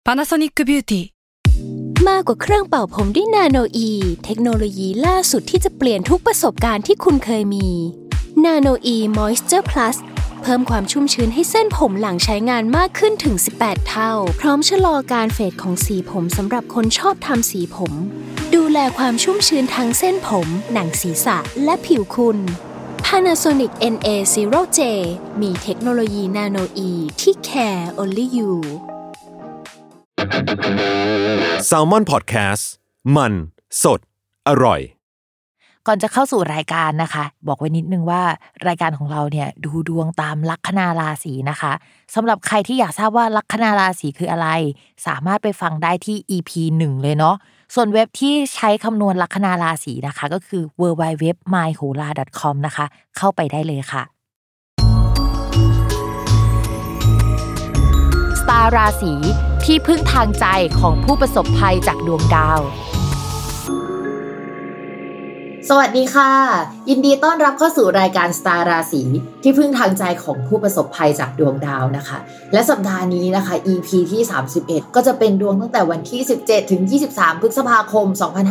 Panasonic Beauty มากกว่าเครื่องเป่าผมด้วยนาโนอีเทคโนโลยีล่าสุดที่จะเปลี่ยนทุกประสบการณ์ที่คุณเคยมีนาโนอีมอยส์เจอร์พลัสเพิ่มความชุ่มชื้นให้เส้นผมหลังใช้งานมากขึ้นถึง18เท่าพร้อมชะลอการเฟดของสีผมสำหรับคนชอบทำสีผมดูแลความชุ่มชื้นทั้งเส้นผมหนังศีรษะและผิวคุณ Panasonic NA0J มีเทคโนโลยีนาโนอีที่ care only you Salmon Podcast มันสดอร่อยก่อนจะเข้าสู่รายการนะคะบอกไว้นิดนึงว่ารายการของเราเนี่ยดูดวงตามลัคนาราศีนะคะสำหรับใครที่อยากทราบว่าลัคนาราศีคืออะไรสามารถไปฟังได้ที่ EP 1 เลยเนาะส่วนเว็บที่ใช้คำนวณลัคนาราศีนะคะก็คือ www.myhola.com นะคะเข้าไปได้เลยค่ะสตาร์ราศีที่พึ่งทางใจของผู้ประสบภัยจากดวงดาวสวัสดีค่ะยินดีต้อนรับเข้าสู่รายการสตาร์ราศีที่พึ่งทางใจของผู้ประสบภัยจากดวงดาวนะคะและสัปดาห์นี้นะคะ EP ที่31ก็จะเป็นดวงตั้งแต่วันที่17ถึง23พฤษภาคม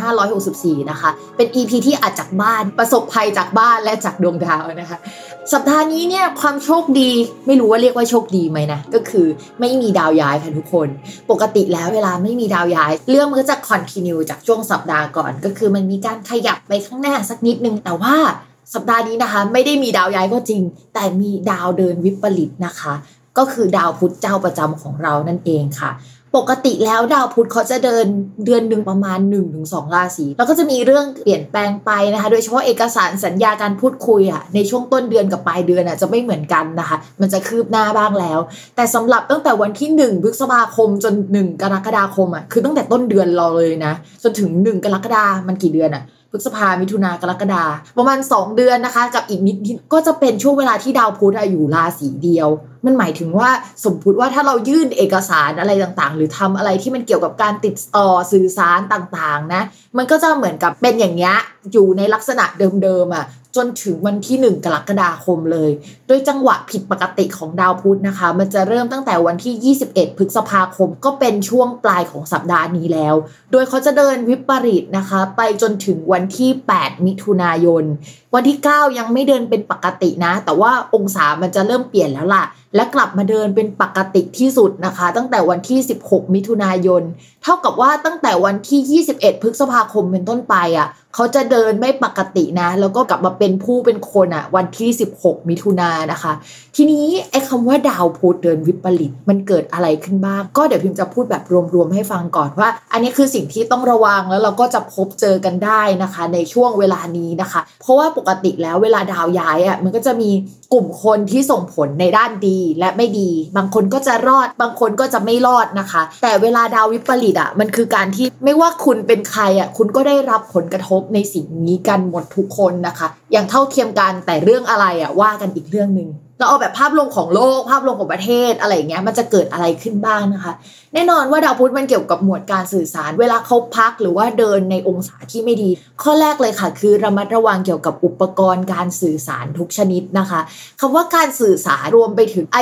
2564นะคะเป็น EP ที่อาจจากบ้านประสบภัยจากบ้านและจากดวงดาวนะคะสัปดาห์นี้เนี่ยความโชคดีไม่รู้ว่าเรียกว่าโชคดีไหมนะก็คือไม่มีดาวย้ายค่ะทุกคนปกติแล้วเวลาไม่มีดาวย้ายเรื่องมันก็จะคอนทินิวจากช่วงสัปดาห์ก่อนก็คือมันมีการขยับไปข้างหน้าสักนิดนึงแต่ว่าสัปดาห์นี้นะคะไม่ได้มีดาวย้ายก็จริงแต่มีดาวเดินวิปริตนะคะก็คือดาวพุธเจ้าประจำของเรานั่นเองค่ะปกติแล้วดาวพุธเขาจะเดินเดือนนึงประมาณ 1-2 ราศีแล้วก็จะมีเรื่องเปลี่ยนแปลงไปนะคะโดยเฉพาะเอกสารสัญญาการพูดคุยอ่ะในช่วงต้นเดือนกับปลายเดือนอ่ะจะไม่เหมือนกันนะคะมันจะคืบหน้าบ้างแล้วแต่สำหรับตั้งแต่วันที่1พฤษภาคมจน1กรกฎาคมอ่ะคือตั้งแต่ต้นเดือนเราเลยนะจนถึง1กรกฎาคมมันกี่เดือนอ่ะพฤษภามิถุนากรกฎาประมาณ2เดือนนะคะกับอีกนิดก็จะเป็นช่วงเวลาที่ดาวพุธอยู่ราศีเดียวมันหมายถึงว่าสมมุติว่าถ้าเรายื่นเอกสารอะไรต่างๆหรือทำอะไรที่มันเกี่ยวกับการติดต่อสื่อสารต่างๆนะมันก็จะเหมือนกับเป็นอย่างเงี้ยอยู่ในลักษณะเดิมๆจนถึงวันที่1กรกฎาคมเลยโดยจังหวะผิดปกติของดาวพุธนะคะมันจะเริ่มตั้งแต่วันที่21พฤษภาคมก็เป็นช่วงปลายของสัปดาห์นี้แล้วโดยเขาจะเดินวิปริตนะคะไปจนถึงวันที่8มิถุนายนวันที่9ยังไม่เดินเป็นปกตินะแต่ว่าองศามันจะเริ่มเปลี่ยนแล้วล่ะและกลับมาเดินเป็นปกติที่สุดนะคะตั้งแต่วันที่16มิถุนายนเท่ากับว่าตั้งแต่วันที่21พฤษภาคมเป็นต้นไปเขาจะเดินไม่ปกตินะแล้วก็กลับมาเป็นผู้เป็นคนวันที่16มิถุนายนนะคะทีนี้ไอ้คำว่าดาวพุธเดินวิปริตมันเกิดอะไรขึ้นบ้างก็เดี๋ยวพิมจะพูดแบบรวมๆให้ฟังก่อนว่าอันนี้คือสิ่งที่ต้องระวังแล้วเราก็จะพบเจอกันได้นะคะในช่วงเวลานี้นะคะเพราะว่าปกติแล้วเวลาดาวย้ายมันก็จะมีกลุ่มคนที่ส่งผลในด้านดีและไม่ดีบางคนก็จะรอดบางคนก็จะไม่รอดนะคะแต่เวลาดาววิปริตมันคือการที่ไม่ว่าคุณเป็นใครคุณก็ได้รับผลกระทบในสิ่งนี้กันหมดทุกคนนะคะอย่างเท่าเทียมกันแต่เรื่องอะไรว่ากันอีกเรื่องนึงเราเอาแบบภาพรวมของโลกภาพรวมของประเทศอะไรอย่างเงี้ยมันจะเกิดอะไรขึ้นบ้างนะคะแน่นอนว่าดาวพุธมันเกี่ยวกับหมวดการสื่อสารเวลาเขาพักหรือว่าเดินในองศาที่ไม่ดีข้อแรกเลยค่ะคือระมัดระวังเกี่ยวกับอุปกรณ์การสื่อสารทุกชนิดนะคะคำว่าการสื่อสารรวมไปถึง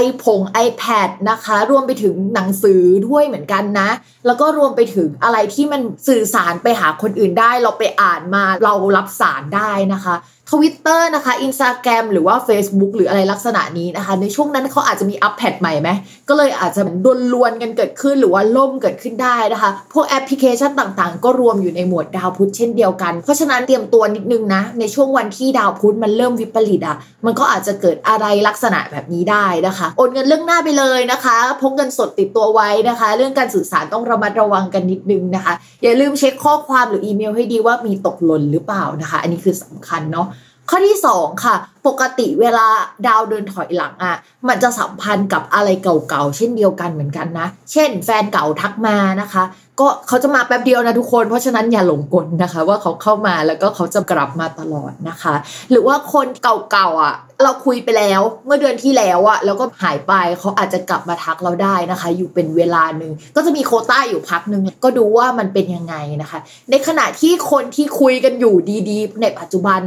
iPad นะคะรวมไปถึงหนังสือด้วยเหมือนกันนะแล้วก็รวมไปถึงอะไรที่มันสื่อสารไปหาคนอื่นได้เราไปอ่านมาเรารับสารได้นะคะTwitter นะคะ Instagram หรือว่า Facebook หรืออะไรลักษณะนี้นะคะในช่วงนั้นเขาอาจจะมีอัปเดตใหม่ไหมก็เลยอาจจะดวนลวนกันเกิดขึ้นหรือว่าล่มเกิดขึ้นได้นะคะพวกแอปพลิเคชันต่างๆก็รวมอยู่ในหมวดดาวพุธเช่นเดียวกันเพราะฉะนั้นเตรียมตัวนิดนึงนะในช่วงวันที่ดาวพุธมันเริ่มวิปริตมันก็อาจจะเกิดอะไรลักษณะแบบนี้ได้นะคะโอนเงินเรื่องหน้าไปเลยนะคะพกเงินสดติดตัวไว้นะคะเรื่องการสื่อสารต้องระมัดระวังกันนิดนึงนะคะอย่าลืมเช็คข้อความหรืออีเมลให้ดีว่ามีตกหล่นหรือเปล่านะคะอันนี้คือสำคัญเนาะข้อที่2ค่ะปกติเวลาดาวเดินถอยหลังมันจะสัมพันธ์กับอะไรเก่าๆเช่นเดียวกันเหมือนกันนะเช่นแฟนเก่าทักมานะคะก็เขาจะมาแป๊บเดียวนะทุกคนเพราะฉะนั้นอย่าหลงกลนะคะว่าเขาเข้ามาแล้วก็เขาจะกลับมาตลอดนะคะหรือว่าคนเก่าๆเราคุยไปแล้วเมื่อเดือนที่แล้วแล้วก็หายไปเขาอาจจะกลับมาทักเราได้นะคะอยู่เป็นเวลานึงก็จะมีโควต้าอยู่พักนึงก็ดูว่ามันเป็นยังไงนะคะในขณะที่คนที่คุยกันอยู่ดีๆในปัจจุบัน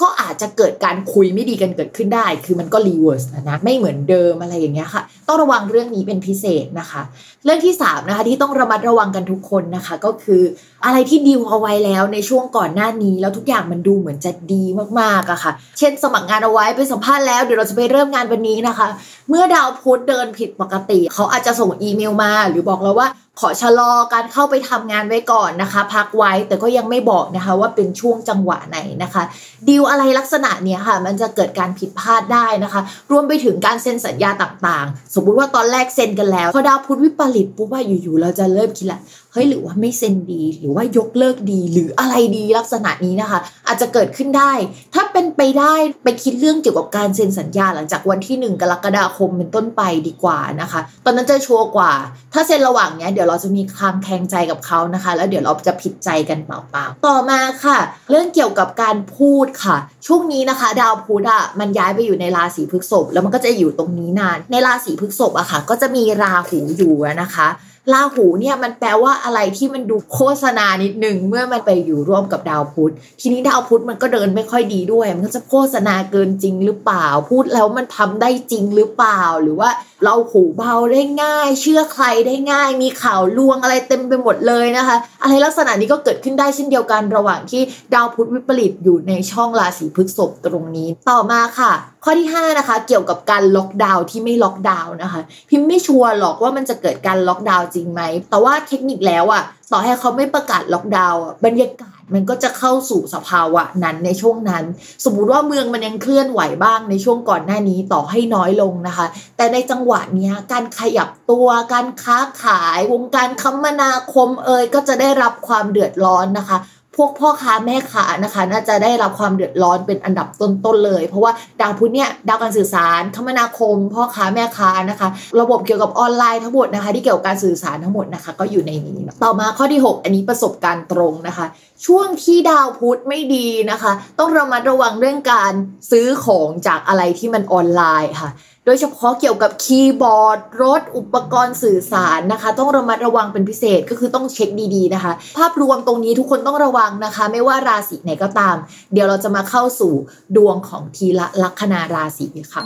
ก็อาจจะเกิดการคุยไม่ดีกันเกิดขึ้นได้คือมันก็รีเวิร์สนะไม่เหมือนเดิมอะไรอย่างเงี้ยค่ะต้องระวังเรื่องนี้เป็นพิเศษนะคะเรื่องที่3นะคะที่ต้องระมัดระวังกันทุกคนนะคะก็คืออะไรที่ดีลเอาไว้แล้วในช่วงก่อนหน้านี้แล้วทุกอย่างมันดูเหมือนจะดีมากๆอะค่ะเช่นสมัครงานเอาไว้ไปสัมภาษณ์แล้วเดี๋ยวเราจะไปเริ่มงานวันนี้นะคะเมื่อดาวพุธเดินผิดปกติเขาอาจจะส่งอีเมลมาหรือบอกเราว่าขอชะลอการเข้าไปทำงานไว้ก่อนนะคะพักไว้แต่ก็ยังไม่บอกนะคะว่าเป็นช่วงจังหวะไหนนะคะดีลอะไรลักษณะเนี้ยค่ะมันจะเกิดการผิดพลาดได้นะคะรวมไปถึงการเซ็นสัญญาต่างๆสมมุติว่าตอนแรกเซ็นกันแล้วพอดาวพุธวิปริตปุ๊บว่าอยู่ๆเราจะเริ่มคิดละเฮ้ยหรือว่าไม่เซ็นดีหรือว่ายกเลิกดีหรืออะไรดีลักษณะนี้นะคะอาจจะเกิดขึ้นได้ถ้าเป็นไปได้ไปคิดเรื่องเกี่ยวกับการเซ็นสัญญาหลังจากวันที่1กรกฎาคมเป็นต้นไปดีกว่านะคะตอนนั้นจะชัวร์กว่าถ้าเซ็นระหว่างเนี้ยเดี๋ยวเราจะมีความแข็งใจกับเขานะคะแล้วเดี๋ยวเราจะผิดใจกันเปล่าๆต่อมาค่ะเรื่องเกี่ยวกับการพูดค่ะช่วงนี้นะคะดาวพุธมันย้ายไปอยู่ในราศีพฤษภแล้วมันก็จะอยู่ตรงนี้นานในราศีพฤษภค่ะก็จะมีราหูอยู่นะคะราหูเนี่ยมันแปลว่าอะไรที่มันดูโฆษณานิดนึงเมื่อมันไปอยู่ร่วมกับดาวพุธทีนี้ดาวพุธมันก็เดินไม่ค่อยดีด้วยมันก็จะโฆษณาเกินจริงหรือเปล่าพูดแล้วมันทำได้จริงหรือเปล่าหรือว่าเราหูเบาได้ง่ายเชื่อใครได้ง่ายมีข่าวลวงอะไรเต็มไปหมดเลยนะคะอะไรลักษณะนี้ก็เกิดขึ้นได้เช่นเดียวกันระหว่างที่ดาวพุธวิปริตอยู่ในช่องราศีพฤษภตรงนี้ต่อมาค่ะข้อที่5นะคะเกี่ยวกับการล็อกดาวน์ที่ไม่ล็อกดาวน์นะคะพิมพ์ไม่ชัวร์หรอกว่ามันจะเกิดการล็อกดาวน์จริงไหมแต่ว่าเทคนิคแล้วต่อให้เขาไม่ประกาศล็อกดาวน์บรรยากาศมันก็จะเข้าสู่สภาวะนั้นในช่วงนั้นสมมุติว่าเมืองมันยังเคลื่อนไหวบ้างในช่วงก่อนหน้านี้ต่อให้น้อยลงนะคะแต่ในจังหวะนี้การขยับตัวการค้าขายวงการคมนาคมก็จะได้รับความเดือดร้อนนะคะพวกพ่อค้าแม่ค้านะคะน่าจะได้รับความเดือดร้อนเป็นอันดับต้นๆเลยเพราะว่าดาวพุธเนี่ยดาวการสื่อสารคมนาคมพ่อค้าแม่ค้านะคะระบบเกี่ยวกับออนไลน์ทั้งหมดนะคะที่เกี่ยวกับการสื่อสารทั้งหมดนะคะก็อยู่ในนี้ต่อมาข้อที่6อันนี้ประสบการณ์ตรงนะคะช่วงที่ดาวพุธไม่ดีนะคะต้องระมัดระวังเรื่องการซื้อของจากอะไรที่มันออนไลน์ค่ะโดยเฉพาะเกี่ยวกับคีย์บอร์ดรถอุปกรณ์สื่อสารนะคะต้องระมัดระวังเป็นพิเศษก็คือต้องเช็คดีๆนะคะภาพรวมตรงนี้ทุกคนต้องระวังนะคะไม่ว่าราศีไหนก็ตามเดี๋ยวเราจะมาเข้าสู่ดวงของทีละลัคนาราศีค่ะ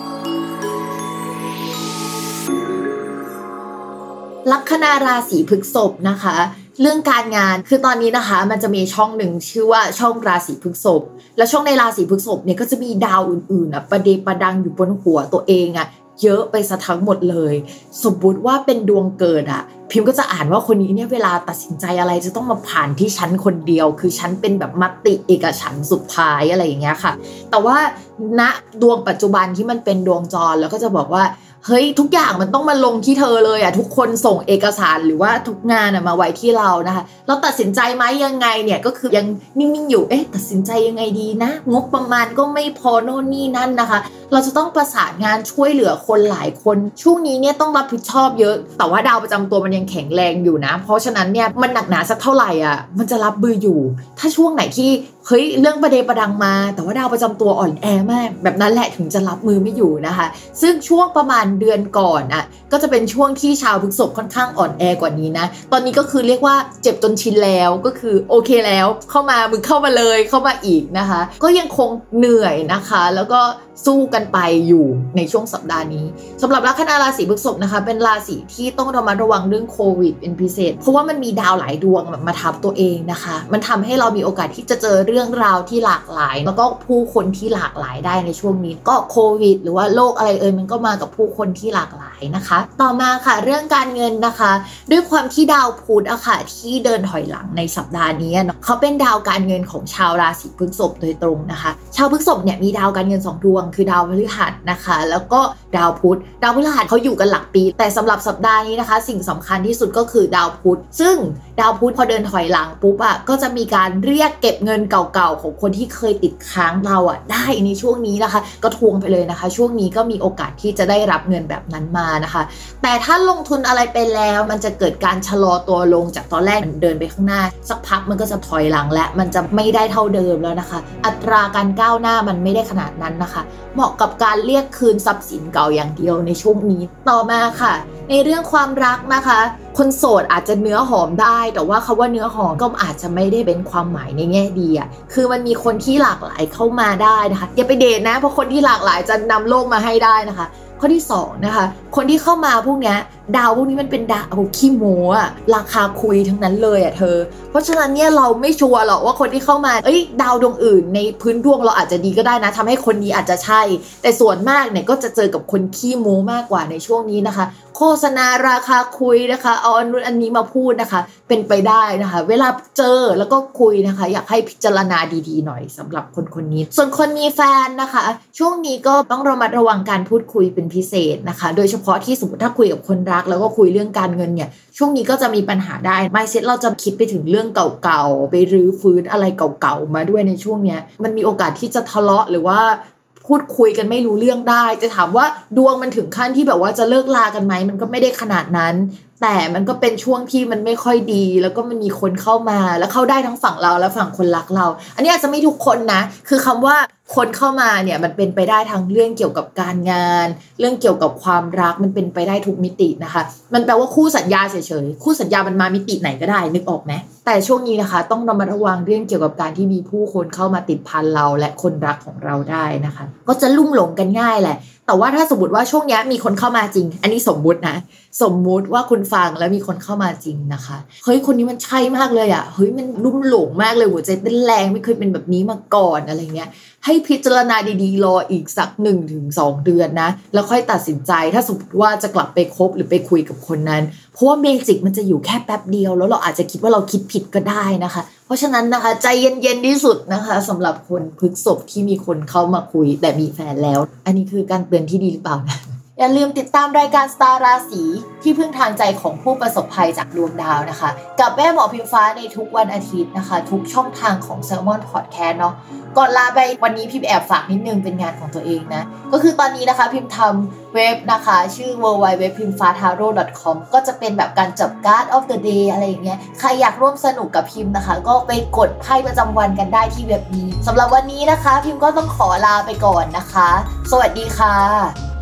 ลัคนาราศีพฤษภนะคะเรื่องการงานคือตอนนี้นะคะมันจะมีช่องหนึ่งชื่อว่าช่องราศีพฤษภแล้วช่องในราศีพฤษภเนี่ยก็จะมีดาวอื่นๆประเดประดังอยู่บนหัวตัวเองเยอะไปซะทั้งหมดเลยสมมุติว่าเป็นดวงเกิดพิมพ์ก็จะอ่านว่าคนนี้เนี่ยเวลาตัดสินใจอะไรจะต้องมาผ่านที่ฉันคนเดียวคือฉันเป็นแบบมติเอกฉันท์สุดท้ายอะไรอย่างเงี้ยค่ะแต่ว่าณดวงปัจจุบันที่มันเป็นดวงจรแล้วก็จะบอกว่าเฮ้ยทุกอย่างมันต้องมาลงที่เธอเลยทุกคนส่งเอกสารหรือว่าทุกงานมาไว้ที่เรานะคะเราตัดสินใจไหมยังไงเนี่ยก็คือยังนิ่งๆอยู่ตัดสินใจยังไงดีนะงบประมาณก็ไม่พอโน่นนี่นั่นนะคะเราจะต้องประสานงานช่วยเหลือคนหลายคนช่วงนี้เนี่ยต้องรับผิดชอบเยอะแต่ว่าดาวประจำตัวมันยังแข็งแรงอยู่นะเพราะฉะนั้นเนี่ยมันหนักหนาสักเท่าไหร่มันจะรับมืออยู่ถ้าช่วงไหนที่เฮ้ยเรื่องประเดประดังมาแต่ว่าดาวประจำตัวอ่อนแอมากแบบนั้นแหละถึงจะรับมือไม่อยู่นะคะซึ่งช่วงประมาณเดือนก่อนก็จะเป็นช่วงที่ชาวพฤษภค่อนข้างอ่อนแอกว่านี้นะตอนนี้ก็คือเรียกว่าเจ็บจนชินแล้วก็คือโอเคแล้วเข้ามามึงเข้ามาเลยเข้ามาอีกนะคะก็ยังคงเหนื่อยนะคะแล้วก็สู้กันไปอยู่ในช่วงสัปดาห์นี้สำหรับลัคนาราศีพฤษภนะคะเป็นราศีที่ต้องระมัดระวังเรื่องโควิดเป็นพิเศษเพราะว่ามันมีดาวหลายดวงมาทับตัวเองนะคะมันทำให้เรามีโอกาสที่จะเจอเรื่องราวที่หลากหลายแล้วก็ผู้คนที่หลากหลายได้ในช่วงนี้ก็โควิดหรือว่าโรคอะไรมันก็มากับผู้คนที่หลากหลายนะคะต่อมาค่ะเรื่องการเงินนะคะด้วยความที่ดาวพุธที่เดินถอยหลังในสัปดาห์นี้เขาเป็นดาวการเงินของชาวราศีพฤษภโดยตรงนะคะชาวพฤษภเนี่ยมีดาวการเงิน2ดวงคือดาวพฤหัสนะคะแล้วก็ดาวพุธดาวพฤหัสเขาอยู่กันหลักปีแต่สำหรับสัปดาห์นี้นะคะสิ่งสำคัญที่สุดก็คือดาวพุธซึ่งดาวพุธพอเดินถอยหลังปุ๊บก็จะมีการเรียกเก็บเงินเก่าๆของคนที่เคยติดค้างเราได้ในช่วงนี้นะคะก็ทวงไปเลยนะคะช่วงนี้ก็มีโอกาสที่จะได้รับเงินแบบนั้นมานะคะแต่ถ้าลงทุนอะไรไปแล้วมันจะเกิดการชะลอตัวลงจากตอนแรกมันเดินไปข้างหน้าสักพักมันก็จะถอยหลังและมันจะไม่ได้เท่าเดิมแล้วนะคะอัตราการก้าวหน้ามันไม่ได้ขนาดนั้นนะคะเหมาะกับการเรียกคืนทรัพย์สินเก่าอย่างเดียวในช่วงนี้ต่อมาค่ะในเรื่องความรักนะคะคนโสดอาจจะเนื้อหอมได้แต่ว่าคำว่าเนื้อหอมก็อาจจะไม่ได้เป็นความหมายในแง่ดีอ่ะคือมันมีคนที่หลากหลายเข้ามาได้นะคะอย่าไปเดทนะเพราะคนที่หลากหลายจะนำโลกมาให้ได้นะคะข้อที่2นะคะคนที่เข้ามาพวกนี้ดาวพวกนี้มันเป็นดาวขี้โม้อะราคาคุยทั้งนั้นเลยอะเธอเพราะฉะนั้นเนี่ยเราไม่ชัวร์หรอกว่าคนที่เข้ามาดาวดวงอื่นในพื้นดวงเราอาจจะดีก็ได้นะทำให้คนนี้อาจจะใช่แต่ส่วนมากเนี่ยก็จะเจอกับคนขี้โม้มากกว่าในช่วงนี้นะคะโฆษณาราคาคุยนะคะเอาอันนี้มาพูดนะคะเป็นไปได้นะคะเวลาเจอแล้วก็คุยนะคะอยากให้พิจารณาดีๆหน่อยสำหรับคนนี้ส่วนคนมีแฟนนะคะช่วงนี้ก็ต้องระมัดระวังการพูดคุยเป็นพิเศษนะคะโดยเฉพาะที่สมมติถ้าคุยกับคนรักแล้วก็คุยเรื่องการเงินเนี่ยช่วงนี้ก็จะมีปัญหาได้ mindset เราจะคิดไปถึงเรื่องเก่าๆไปรื้อฟื้นอะไรเก่าๆมาด้วยในช่วงนี้มันมีโอกาสที่จะทะเลาะหรือว่าพูดคุยกันไม่รู้เรื่องได้จะถามว่าดวงมันถึงขั้นที่แบบว่าจะเลิกลากันไหมมันก็ไม่ได้ขนาดนั้นแต่มันก็เป็นช่วงที่มันไม่ค่อยดีแล้วก็มันมีคนเข้ามาแล้วเข้าได้ทั้งฝั่งเราและฝั่งคนรักเราอันนี้อาจจะไม่ทุกคนนะคือคำว่าคนเข้ามาเนี่ยมันเป็นไปได้ทั้งเรื่องเกี่ยวกับการงานเรื่องเกี่ยวกับความรักมันเป็นไปได้ทุกมิตินะคะมันแปลว่าคู่สัญญาเฉยๆคู่สัญญามันมามิติไหนก็ได้นึกออกไหมแต่ช่วงนี้นะคะต้องระมัดระวังเรื่องเกี่ยวกับการที่มีผู้คนเข้ามาติดพันเราและคนรักของเราได้นะคะก็จะลุ่มหลงกันง่ายแหละแต่ว่าถ้าสมมติว่าช่วงนี้มีคนเข้ามาจริงอันนี้สมมุตินะสมมุติว่าคุณฟังแล้วมีคนเข้ามาจริงนะคะเฮ้ยคนนี้มันใช่มากเลยอ่ะเฮ้ยมันลุ่มหลงมากเลยหัวใจเต้นแรงไม่เคยเป็นแบบนี้มาก่อนอะไรเงี้ยให้พิจารณาดีๆรออีกสัก 1-2 เดือนนะแล้วค่อยตัดสินใจถ้าสมมติว่าจะกลับไปคบหรือไปคุยกับคนนั้นเพราะว่าเบสิกมันจะอยู่แค่แป๊บเดียวแล้วเราอาจจะคิดว่าเราคิดผิดก็ได้นะคะเพราะฉะนั้นนะคะใจเย็นๆที่สุดนะคะสำหรับคนพฤษภที่มีคนเข้ามาคุยแต่มีแฟนแล้วอันนี้คือการเตือนที่ดีหรือเปล่านะอย่าลืมติดตามรายการสตาร์ราศีที่พึ่งทางใจของผู้ประสบภัยจากดวงดาวนะคะกับแม่หมอพิมฟ้าในทุกวันอาทิตย์นะคะทุกช่องทางของ Salmon Podcast เนาะก่อนลาไปวันนี้พิมแอบฝากนิดนึงเป็นงานของตัวเองนะก็คือตอนนี้นะคะพิมทำเว็บนะคะชื่อ www.pimfataro.com ก็จะเป็นแบบการจับการ์ด of the day อะไรอย่างเงี้ยใครอยากร่วมสนุกกับพิมนะคะก็ไปกดไพ่ประจำวันกันได้ที่เว็บนี้สำหรับวันนี้นะคะพิมก็ต้องขอลาไปก่อนนะคะสวัสดีค่ะ